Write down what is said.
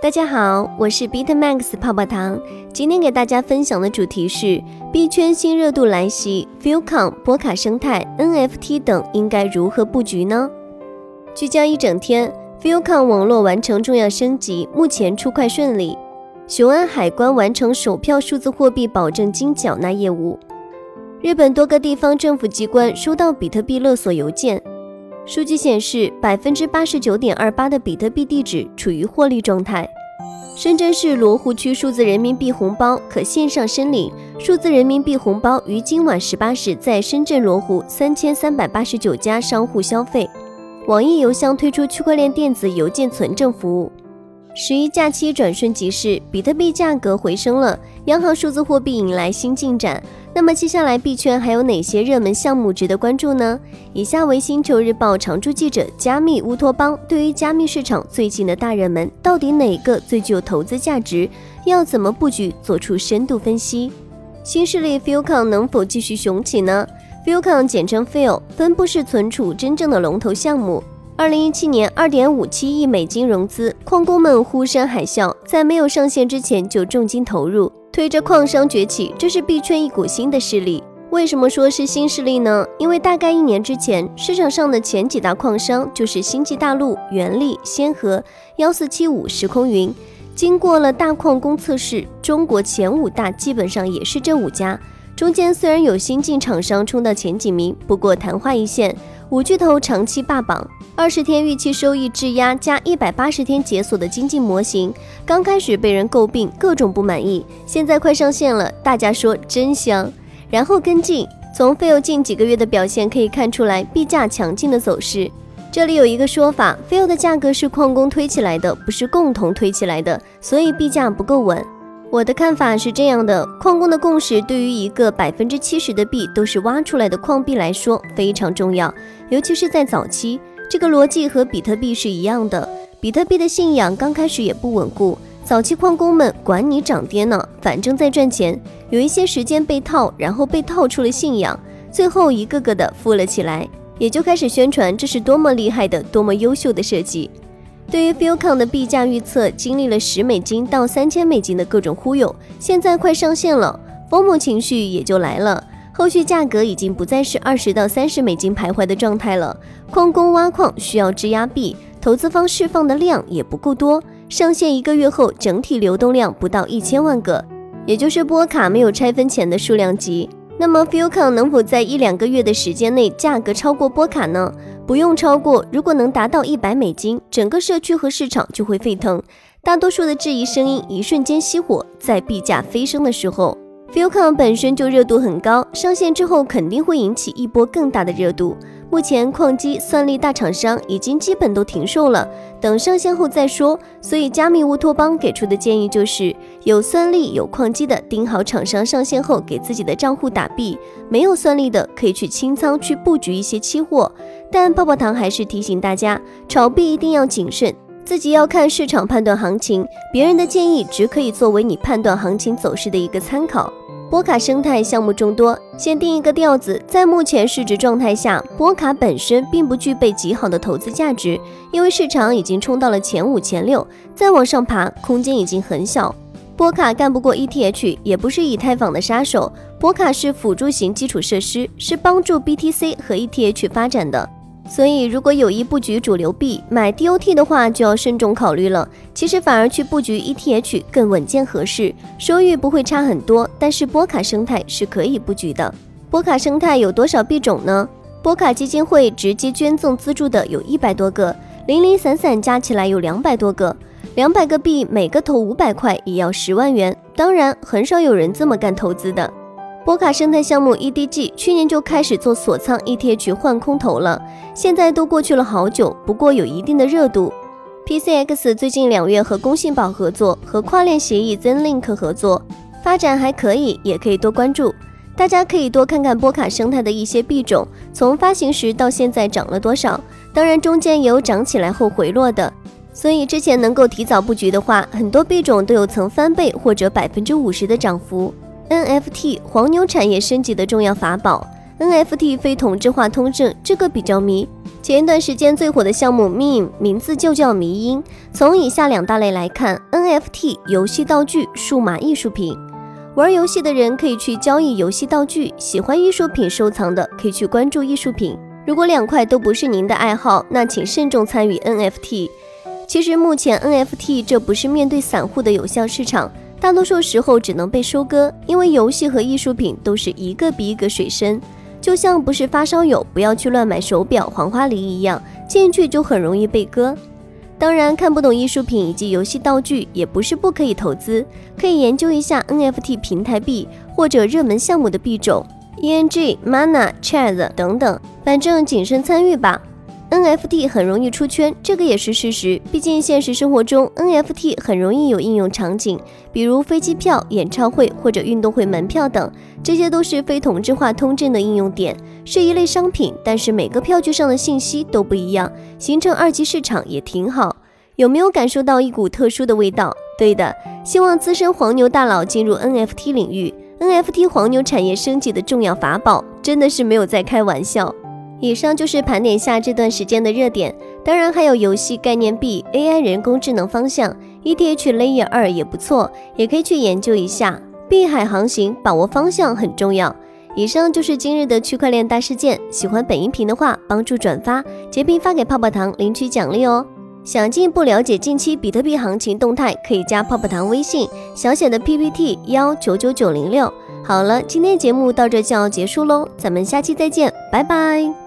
大家好，我是 BitMax 泡泡糖，今天给大家分享的主题是币圈新热度来袭 ，Philcoin、波卡生态、NFT 等应该如何布局呢？聚焦一整天 ，Philcoin 网络完成重要升级，目前出块顺利。雄安海关完成首票数字货币保证金缴纳业务。日本多个地方政府机关收到比特币勒索邮件。数据显示 89.28% 的比特币地址处于获利状态。深圳市罗湖区数字人民币红包可线上申领，数字人民币红包于今晚18时在深圳罗湖3389家商户消费。网易邮箱推出区块链电子邮件存证服务。11假期转瞬即逝，比特币价格回升了，央行数字货币引来新进展。那么接下来币圈还有哪些热门项目值得关注呢？以下为星球日报常驻记者加密乌托邦对于加密市场最近的大热门，到底哪个最具有投资价值，要怎么布局，做出深度分析。新势力 Philcoin 能否继续雄起呢？ Philcoin 简称 Phil， 分布式存储真正的龙头项目。2017年2.57亿美金融资，矿工们呼声海啸，在没有上线之前就重金投入，推着矿商崛起，这是币圈一股新的势力。为什么说是新势力呢？因为大概1年之前，市场上的前几大矿商就是星际大陆、元力、仙河、1475、时空云。经过了大矿工测试，中国前5大基本上也是这5家。中间虽然有新进厂商冲到前几名，不过昙花一现，5巨头长期霸榜。20天预期收益质押加180天解锁的经济模型，刚开始被人诟病，各种不满意，现在快上线了，大家说真香。然后跟进，从 Phil 近几个月的表现可以看出来币价强劲的走势。这里有一个说法， Phil 的价格是矿工推起来的，不是共同推起来的，所以币价不够稳。我的看法是这样的，矿工的共识对于一个 70% 的币都是挖出来的矿币来说非常重要，尤其是在早期。这个逻辑和比特币是一样的，比特币的信仰刚开始也不稳固，早期矿工们管你涨跌呢，反正在赚钱，有一些时间被套，然后被套出了信仰，最后一个个的富了起来，也就开始宣传这是多么厉害的、多么优秀的设计。对于 Philcoin 的币价预测，经历了10美金到3000美金的各种忽悠，现在快上线了，FOMO情绪也就来了。后续价格已经不再是20到30美金徘徊的状态了，矿工挖矿需要质押币，投资方释放的量也不够多，上线1个月后整体流动量不到1000万个，也就是波卡没有拆分前的数量级。那么 Philcoin 能否在1-2个月的时间内价格超过波卡呢？不用超过，如果能达到100美金，整个社区和市场就会沸腾，大多数的质疑声音一瞬间熄火，在币价飞升的时候。Philcoin 本身就热度很高，上线之后肯定会引起一波更大的热度。目前矿机、算力大厂商已经基本都停售了，等上线后再说。所以加密乌托邦给出的建议就是，有算力、有矿机的盯好厂商上线后给自己的账户打币，没有算力的可以去清仓去布局一些期货。但泡泡糖还是提醒大家，炒币一定要谨慎。自己要看市场判断行情，别人的建议只可以作为你判断行情走势的一个参考。波卡生态项目众多，先定一个调子，在目前市值状态下，波卡本身并不具备极好的投资价值，因为市场已经冲到了前5、前6，再往上爬空间已经很小。波卡干不过 ETH， 也不是以太坊的杀手，波卡是辅助型基础设施，是帮助 BTC 和 ETH 发展的。所以如果有意布局主流币，买 DOT 的话就要慎重考虑了，其实反而去布局 ETH 更稳健合适，收益不会差很多，但是波卡生态是可以布局的。波卡生态有多少币种呢？波卡基金会直接捐赠资助的有100多个，零零散散加起来有200多个，200个币每个投500块也要10万元，当然很少有人这么干投资的。波卡生态项目 EDG 去年就开始做锁仓 ETH 换空投了，现在都过去了好久，不过有一定的热度。PCX 最近2月和工信宝合作，和跨链协议 Zenlink 合作，发展还可以，也可以多关注。大家可以多看看波卡生态的一些币种，从发行时到现在涨了多少，当然中间也有涨起来后回落的，所以之前能够提早布局的话，很多币种都有曾翻倍或者50%的涨幅。NFT 黄牛产业升级的重要法宝，NFT 非同质化通证这个比较迷， 前一段时间最火的项目 Meme 名字就叫迷因。从以下2大类来看 NFT 游戏道具、数码艺术品。玩游戏的人可以去交易游戏道具，喜欢艺术品收藏的可以去关注艺术品。如果2块都不是您的爱好，那请慎重参与 NFT。其实目前 NFT 这不是面对散户的有效市场，大多数时候只能被收割，因为游戏和艺术品都是一个比一个水深。就像不是发烧友不要去乱买手表、黄花梨一样，进去就很容易被割。当然，看不懂艺术品以及游戏道具也不是不可以投资，可以研究一下 NFT 平台币或者热门项目的币种 ENG、Mana、Chaz 等等，反正谨慎参与吧。NFT 很容易出圈，这个也是事实，毕竟现实生活中 NFT 很容易有应用场景，比如飞机票、演唱会或者运动会门票等，这些都是非同质化通证的应用点，是一类商品，但是每个票据上的信息都不一样，形成2级市场也挺好。有没有感受到一股特殊的味道？对的，希望资深黄牛大佬进入 NFT 领域， NFT 黄牛产业升级的重要法宝，真的是没有在开玩笑。以上就是盘点下这段时间的热点，当然还有游戏概念币、AI 人工智能方向 ETH Layer 2也不错，也可以去研究一下。币海航行，把握方向很重要。以上就是今日的区块链大事件，喜欢本音频的话，帮助转发截屏发给泡泡糖领取奖励哦。想进一步了解近期比特币行情动态，可以加泡泡糖微信小写的 PPT 199906。好了，今天节目到这就要结束喽，咱们下期再见，拜拜。